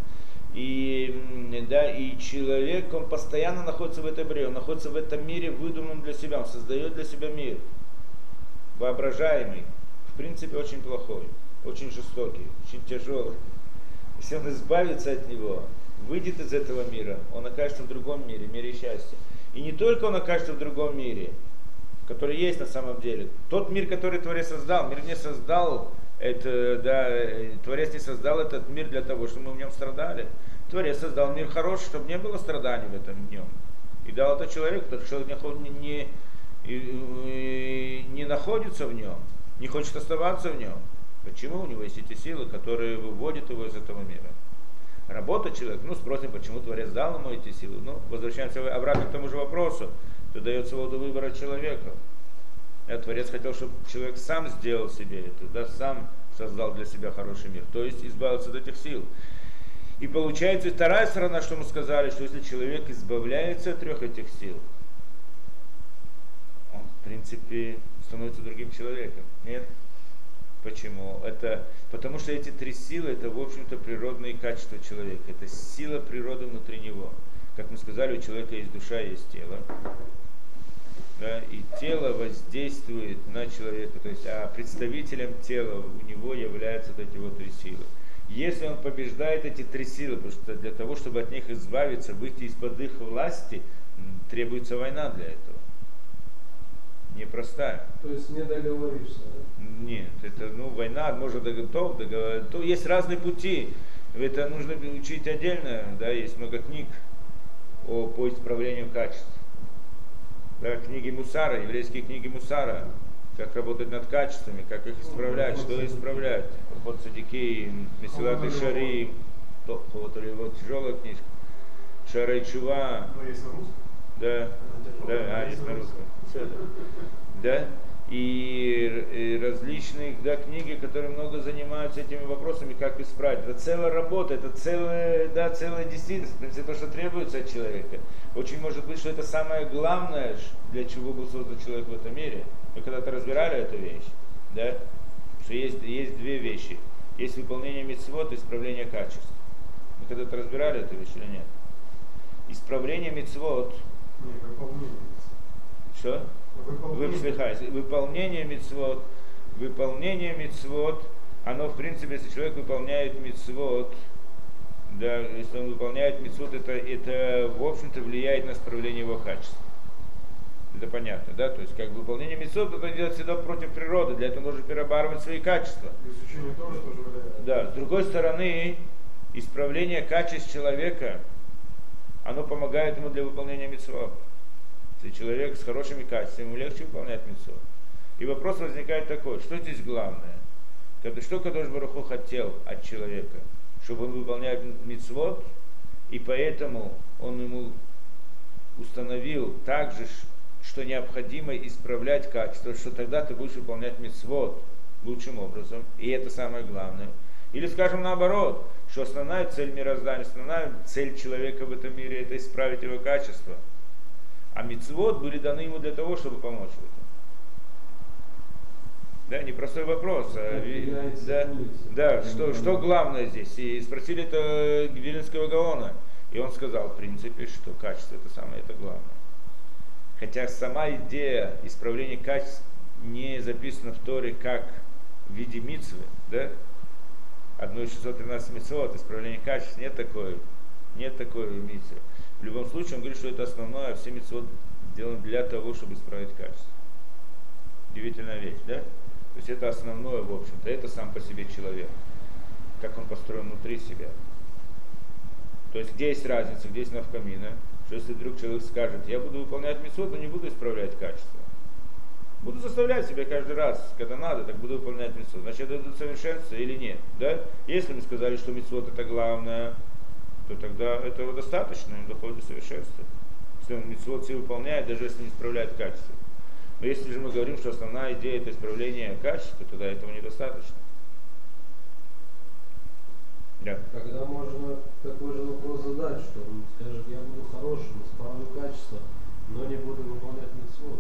И человек, он постоянно находится в этой бреде, он находится в этом мире, выдуманном для себя, он создает для себя мир, воображаемый, в принципе очень плохой, очень жестокий, очень тяжелый. Если он избавится от него, выйдет из этого мира, он окажется в другом мире, мире счастья. И не только он окажется в другом мире, который есть на самом деле. Тот мир, который Творец создал, мир не создал Это, да, Творец не создал этот мир для того, чтобы мы в нем страдали. Творец создал мир хороший, чтобы не было страданий в этом днем. И дал это человеку, потому что человек не находится в нем, не хочет оставаться в нем. Почему? У него есть эти силы, которые выводят его из этого мира. Работа человека, спросим, почему Творец дал ему эти силы. Возвращаемся обратно к тому же вопросу. Это дает свободу выбора человека. Творец хотел, чтобы человек сам сделал себе это, да, сам создал для себя хороший мир, то есть избавился от этих сил. И получается вторая сторона, что мы сказали, что если человек избавляется от трех этих сил, он в принципе становится другим человеком. Нет? Почему? Это потому что эти три силы, это в общем-то природные качества человека, это сила природы внутри него. Как мы сказали, у человека есть душа, есть тело. Да, и тело воздействует на человека, то есть представителем тела у него являются вот эти вот три силы. Если он побеждает эти три силы, потому что для того, чтобы от них избавиться, выйти из-под их власти, требуется война для этого. Непростая.
То есть не договоришься, да?
Нет, это война, может договориться. То есть разные пути. Это нужно учить отдельно, да, есть много книг по исправлению качеств. Да, книги Мусара, еврейские книги Мусара, как работать над качествами, как их исправлять, что исправлять. Вот Садики, Месилат и Шари, вот тяжелая книжка. Шара и Чува.
Есть на русском?
Да, есть на русском. Да. И различные книги, которые много занимаются этими вопросами, как исправить. Это целая работа, это целая действительность, в принципе, то, что требуется от человека. Очень может быть, что это самое главное, для чего был создан человек в этом мире. Мы когда-то разбирали эту вещь, да? Что есть две вещи. Есть выполнение мицвот и исправление качеств. Мы когда-то разбирали эту вещь или нет? Исправление мицвот.
Нет, выполнение.
Что? Выполнение мицвот, оно в принципе, если человек выполняет мицвот, да, если он выполняет мицвот, это в общем-то влияет на исправление его качества. Это понятно, да? То есть как выполнение мицвот, это делать всегда против природы, для этого нужно перебарывать свои качества.
Изучение тоже влияет.
Да, с другой стороны, исправление качеств человека, оно помогает ему для выполнения мицвот. Если человек с хорошими качествами, ему легче выполнять мицвот. И вопрос возникает такой, что здесь главное? Что Кадош Барух Ху хотел от человека? Чтобы он выполнял мицвот, и поэтому он ему установил также, что необходимо исправлять качество, что тогда ты будешь выполнять мицвот лучшим образом, и это самое главное. Или скажем наоборот, что основная цель мироздания, основная цель человека в этом мире это исправить его качество. А мицвот были даны ему для того, чтобы помочь в этом. Да, непростой вопрос. Что главное здесь? И спросили это Виленского Гаона. И он сказал, в принципе, что качество это самое это главное. Хотя сама идея исправления качеств не записана в Торе как в виде мицвы, да? Одно из 613 мицвот, исправление качеств, нет такой мицвы. В любом случае, он говорит, что это основное, а все мицвот сделаны для того, чтобы исправить качество. Удивительная вещь, да? То есть это основное, в общем-то, это сам по себе человек, как он построен внутри себя. То есть где есть разница, где есть навкамина, что если вдруг человек скажет, я буду выполнять мицвот, но не буду исправлять качество. Буду заставлять себя каждый раз, когда надо, так буду выполнять мицвот. Значит, это идут совершенство или нет, да? Если мы сказали, что мицвот это главное, то тогда этого достаточно, он доходит до совершенства. Если он мицвот все выполняет, даже если не исправляет качество. Но если же мы говорим, что основная идея это исправление качества, тогда этого недостаточно. Да.
Когда можно такой же вопрос задать, что он скажет, я буду хорошим, исправлю качество, но не буду выполнять мицвот.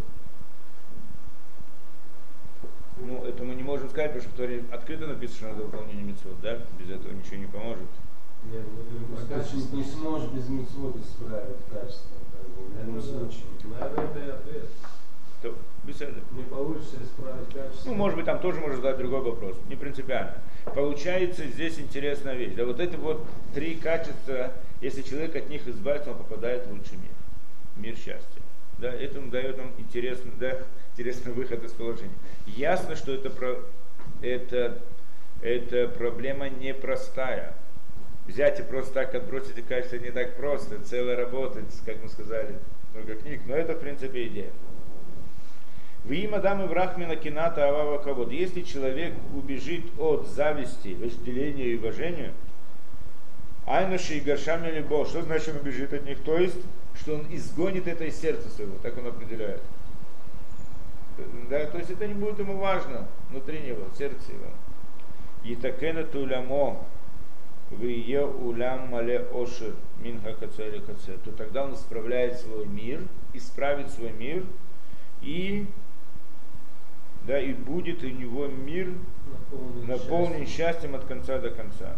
Это мы не можем сказать, потому что в Торе открыто написано, что надо выполнение мицвот, да? Без этого ничего не поможет.
Нет, качество не сможешь без мицвот исправить качество. В любом случае. Наверное, это и ответ.
То, беседа.
Не получится исправить качество.
Может быть, там тоже можно задать другой вопрос. Не принципиально. Получается здесь интересная вещь. Да, вот эти вот три качества, если человек от них избавится, он попадает в лучший мир. Мир счастья. Да, это дает нам интересный выход из положения. Ясно, что это это проблема непростая. Взять и просто так отбросить и качество не так просто. Целая работа, как мы сказали, много книг, но это в принципе идея. В им Адам и Врахмина Кината Авава Кавод. Если человек убежит от зависти, вожделения и уважения, Айнуши и Гаршами Либо, что значит он убежит от них? То есть, что он изгонит это из сердца своего, так он определяет. Да, то есть это не будет ему важно внутри него, в сердце его. И такена тулямо в ее улям мале ошир минха каце или каце, то тогда он исправляет свой мир, исправит свой мир, и, да, и будет у него мир наполнен счастьем от конца до конца.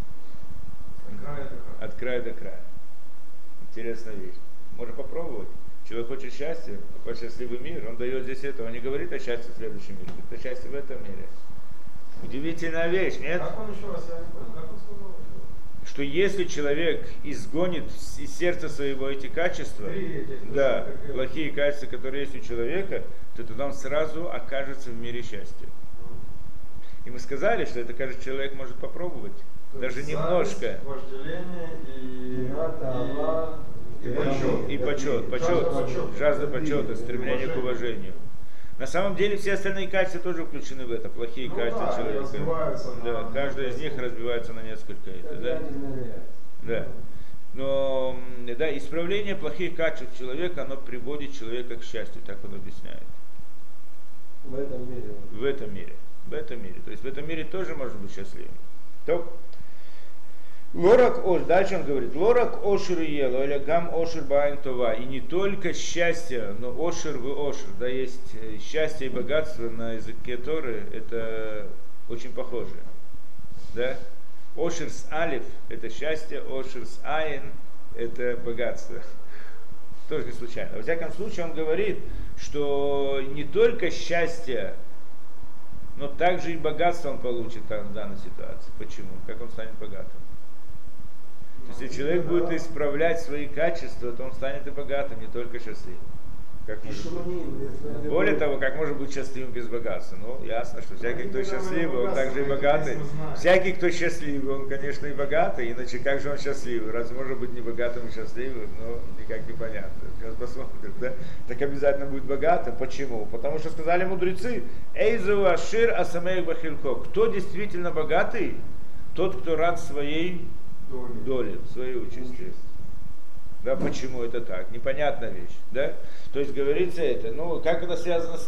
От края до края. Интересная вещь. Можно попробовать. Человек хочет счастья, хочет счастливый мир, он дает здесь это, он не говорит о счастье в следующем мире, это счастье в этом мире. Удивительная вещь, нет?
Как он еще раз, я не понял, как он сказал?
Что если человек изгонит из сердца своего эти качества, да, плохие качества, которые есть у человека, то тогда он сразу окажется в мире счастья. И мы сказали, что это каждый человек может попробовать, даже немножко.
Вожделение
И почет, жажда почета, стремление к уважению. На самом деле все остальные качества тоже включены в это, плохие качества человека. Да, каждая из них разбивается на несколько. Да. Но да, исправление плохих качеств человека, оно приводит человека к счастью, так он объясняет.
В этом мире.
В этом мире. В этом мире. То есть в этом мире тоже можно быть счастливым. То, Лорак Ош, дальше он говорит, Лорак Ошир ел, или гам Ошир баин това. И не только счастье, но Ошир в Ошир. Да, есть счастье и богатство на языке Торы, это очень похоже. Да? Ошир с Алиф это счастье, Ошир с Айн это богатство. Тоже не случайно. Во всяком случае он говорит, что не только счастье, но также и богатство он получит в данной ситуации. Почему? Как он станет богатым? Если человек будет исправлять свои качества, то он станет и богатым, не только счастливым. Как может быть? Более того, как может быть счастливым без богатства? Ну, ясно, что всякий, кто счастливый, он также и богатый. Всякий, кто счастливый, он, конечно, и богатый, иначе как же он счастливый? Раз может быть не богатым и счастливым, ну, никак не понятно. Сейчас посмотрим, да? Так обязательно будет богатым. Почему? Потому что сказали мудрецы, Эйзу Ашир Асамех Бахилько. Кто действительно богатый? Тот, кто рад своей доли, своей участи. Да, почему это так? Непонятная вещь, да? То есть говорится это, ну, как это связано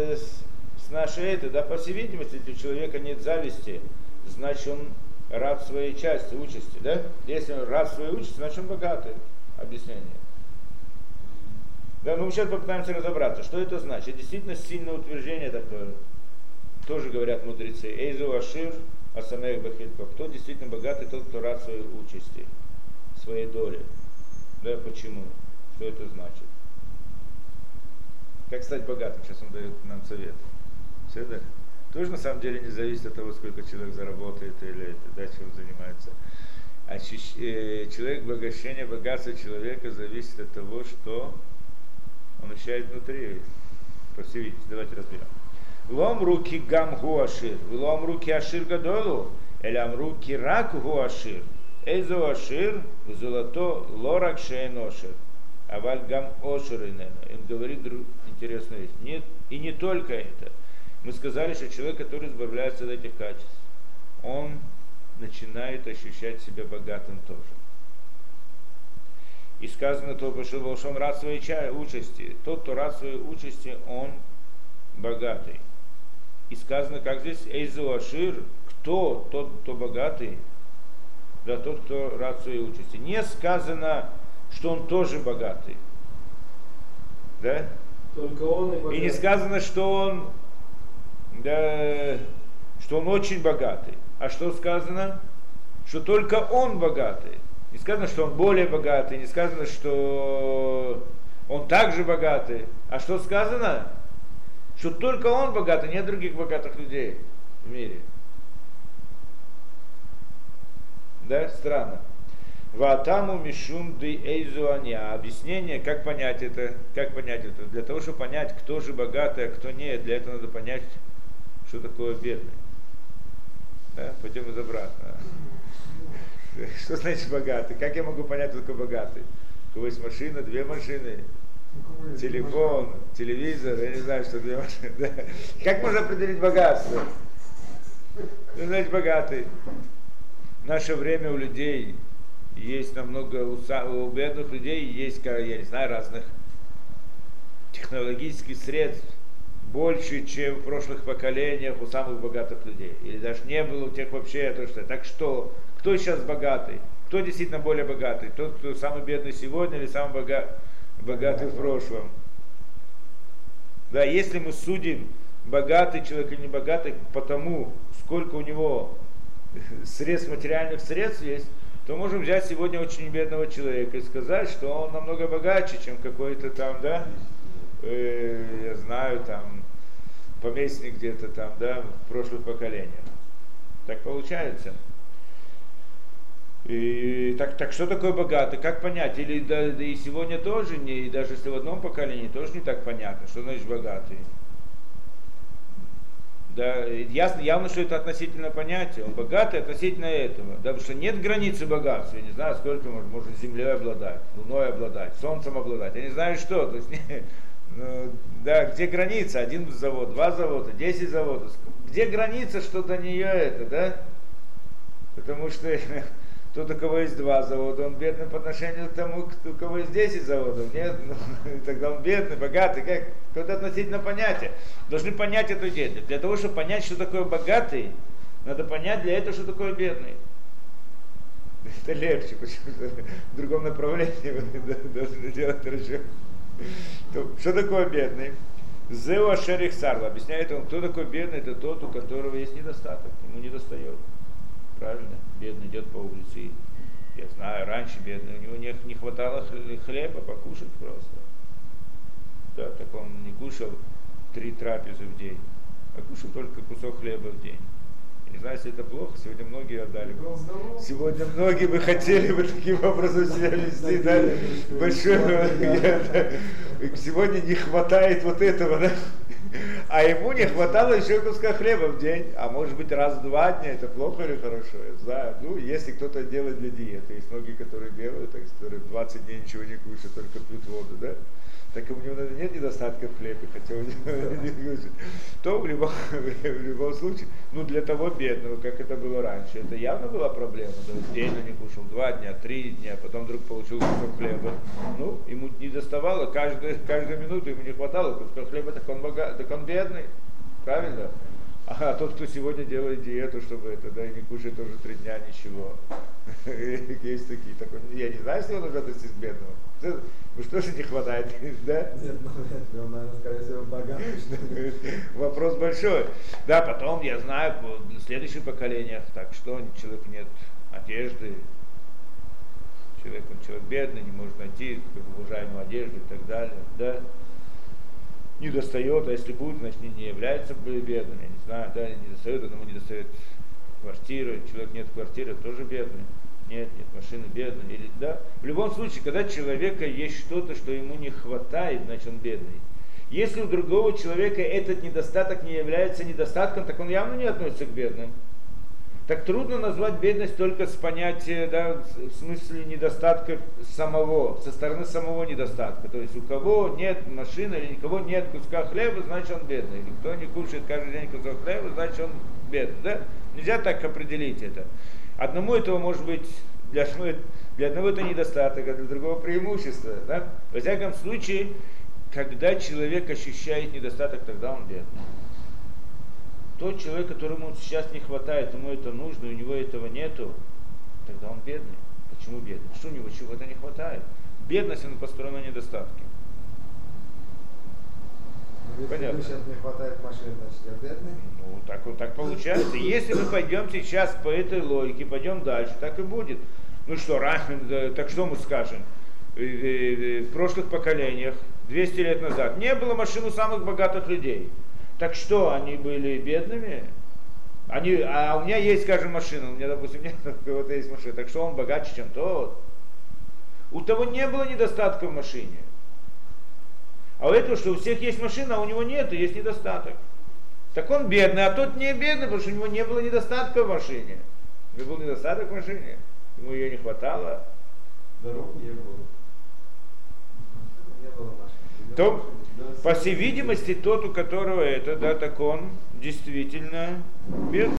с нашей этой, да, по всей видимости, если у человека нет зависти, значит он рад своей части, участи, да? Если он рад своей участи, значит он богатый. Объяснение. Да, ну мы сейчас попытаемся разобраться, что это значит. Действительно сильное утверждение такое. Тоже говорят мудрецы. Эйзу Ашир Асамех Бахилько. Кто действительно богатый, тот, кто рад своей участи, своей доли. Да, почему? Что это значит? Как стать богатым? Сейчас он дает нам совет. Все, да? Тоже на самом деле не зависит от того, сколько человек заработает или это, да, чем он занимается. Человек, обогащение богатства человека зависит от того, что он ощущает внутри. По всей видимости, давайте разберем. Лом руки гам гуашир, лом руки ашир гадолу, элям руки рак гуашир. Эйзу Ашир, золото лорак шейн Ошир, аваль гам Ошир инена. Он говорит интересную вещь. Нет, и не только это. Мы сказали, что человек, который избавляется от этих качеств, он начинает ощущать себя богатым тоже. И сказано только, что он рад своей участи. Тот, кто рад своей участи, он богатый. И сказано, как здесь, Эйзу Ашир, кто тот, кто богатый? Да, тот, кто рад своей участи. Не сказано, что он тоже богатый. Да?
Только он и богатый.
И не сказано, что он, да, что он очень богатый. А что сказано? Что только он богатый. Не сказано, что он более богатый. Не сказано, что он также богатый. А что сказано? Что только он богатый, нет других богатых людей в мире. Да, странно. Ватаму мишум ди эйзуаня. Объяснение, как понять это? Как понять это? Для того, чтобы понять, кто же богатый, а кто нет, для этого надо понять, что такое бедный. Да? пойдем из обратно. Что значит богатый? Как я могу понять, кто такой богатый? У кого есть машина, 2 машины, телефон, телевизор, я не знаю, что 2 машины. Да. Как можно определить богатство? Что значит богатый? В наше время у людей есть намного, у бедных людей есть, я не знаю, разных технологических средств больше, чем в прошлых поколениях у самых богатых людей. Или даже не было у тех вообще то, что. Так что, кто сейчас богатый? Кто действительно более богатый? Тот, кто самый бедный сегодня или самый богатый в прошлом? Да, если мы судим, богатый человек или не богатый, потому сколько у него средств, материальных средств есть, то можем взять сегодня очень бедного человека и сказать, что он намного богаче, чем какой-то там, да, я знаю, там, поместник где-то там, да, в прошлых поколениях. Так получается. И, так что такое богатый? Как понять? Или да, и сегодня тоже, не, даже если в одном поколении, тоже не так понятно, что значит богатый. Да, ясно, явно, что это относительно понятия. Он богатый относительно этого. Да, потому что нет границы богатства. Я не знаю, сколько может землей обладать, луной обладать, солнцем обладать. Я не знаю, что. То есть, ну, да, где граница? 1 завод, 2 завода, 10 заводов. Где граница, что до нее это, да? Потому что тот, у кого есть 2 завода, он бедный по отношению к тому, у кого есть 10 заводов. Нет, ну, тогда он бедный, богатый. Как? Какое-то относительно понятие. Должны понять эту идею. Для того, чтобы понять, что такое богатый, надо понять для этого, что такое бедный. Это легче, почему-то в другом направлении должны делать расчет. Что такое бедный? Зеу Ашерих Сарва. Объясняет он, кто такой бедный, это тот, у которого есть недостаток, ему не достает. Правильно? Бедный идет по улице, я знаю, раньше бедный, у него не хватало хлеба покушать просто. Да, так он не кушал 3 трапезы в день, а кушал только кусок хлеба в день. Я не знаю, если это плохо, сегодня многие отдали. Сегодня многие бы хотели бы таким образом себя вести, да, большое. Сегодня не хватает вот этого, да. А ему не хватало еще куска хлеба в день, а может быть раз в 2 дня, это плохо или хорошо, я знаю. Ну, если кто-то делает для диеты, есть многие, которые делают, так, которые 20 дней ничего не кушают, только пьют воду, да, так у него нет недостатка в хлебе, хотя у него не кушает, то в любом случае, ну для того бедного, как это было раньше, это явно была проблема, да, день он не кушал, 2 дня, 3 дня, потом вдруг получил кусок хлеба, ну, ему не доставало, каждую минуту ему не хватало куска хлеба, так он бедный, правильно? А тот, кто сегодня делает диету, чтобы это, да, и не кушает тоже 3 дня ничего. Есть такие. Так, я не знаю, если он уже относится к бедному. Ну что же не хватает, да?
Нет, ну, он, наверное, скорее всего, богатый, что ли.
Вопрос большой. Да, потом, я знаю, в следующих поколениях, так что человек нет одежды, человек бедный, не может найти уважаемую одежду и так далее, да? Не достает, а если будет, значит не является бедным, я не знаю, да, не достает, одному не достает квартиры, человек нет квартиры, тоже бедный, нет машины, бедный, или, да. В любом случае, когда у человека есть что-то, что ему не хватает, значит он бедный. Если у другого человека этот недостаток не является недостатком, так он явно не относится к бедным. Так трудно назвать бедность только с понятия, да, в смысле недостатка самого, со стороны самого недостатка. То есть у кого нет машины или никого нет куска хлеба, значит он бедный. Или кто не кушает каждый день кусок хлеба, значит он бедный. Да? Нельзя так определить это. Одному этого может быть, для одного это недостаток, а для другого преимущество. Да? Во всяком случае, когда человек ощущает недостаток, тогда он бедный. Тот человек, которому сейчас не хватает, ему это нужно, у него этого нету, тогда он бедный. Почему бедный? Что у него чего-то не хватает? Бедность, она построена на недостатке.
Если
Понятно.
сейчас не хватает машин, значит я бедный?
Ну, так получается. Если мы пойдем сейчас по этой логике, пойдем дальше, так и будет. Ну что, так что мы скажем? В прошлых поколениях, 200 лет назад, не было машин у самых богатых людей. Так что, они были бедными? А у меня есть, скажем, машина, у меня, допустим, нет, у кого-то есть машина, так что он богаче, чем тот? У того не было недостатка в машине. А у этого, что у всех есть машина, а у него нет, и есть недостаток. Так он бедный, а тот не бедный, потому что у него не было недостатка в машине. У него был недостаток в машине, ему ее не хватало.
Дорог не было. Не было машины.
То, по всей видимости, тот, у которого это, да, так он действительно бедный.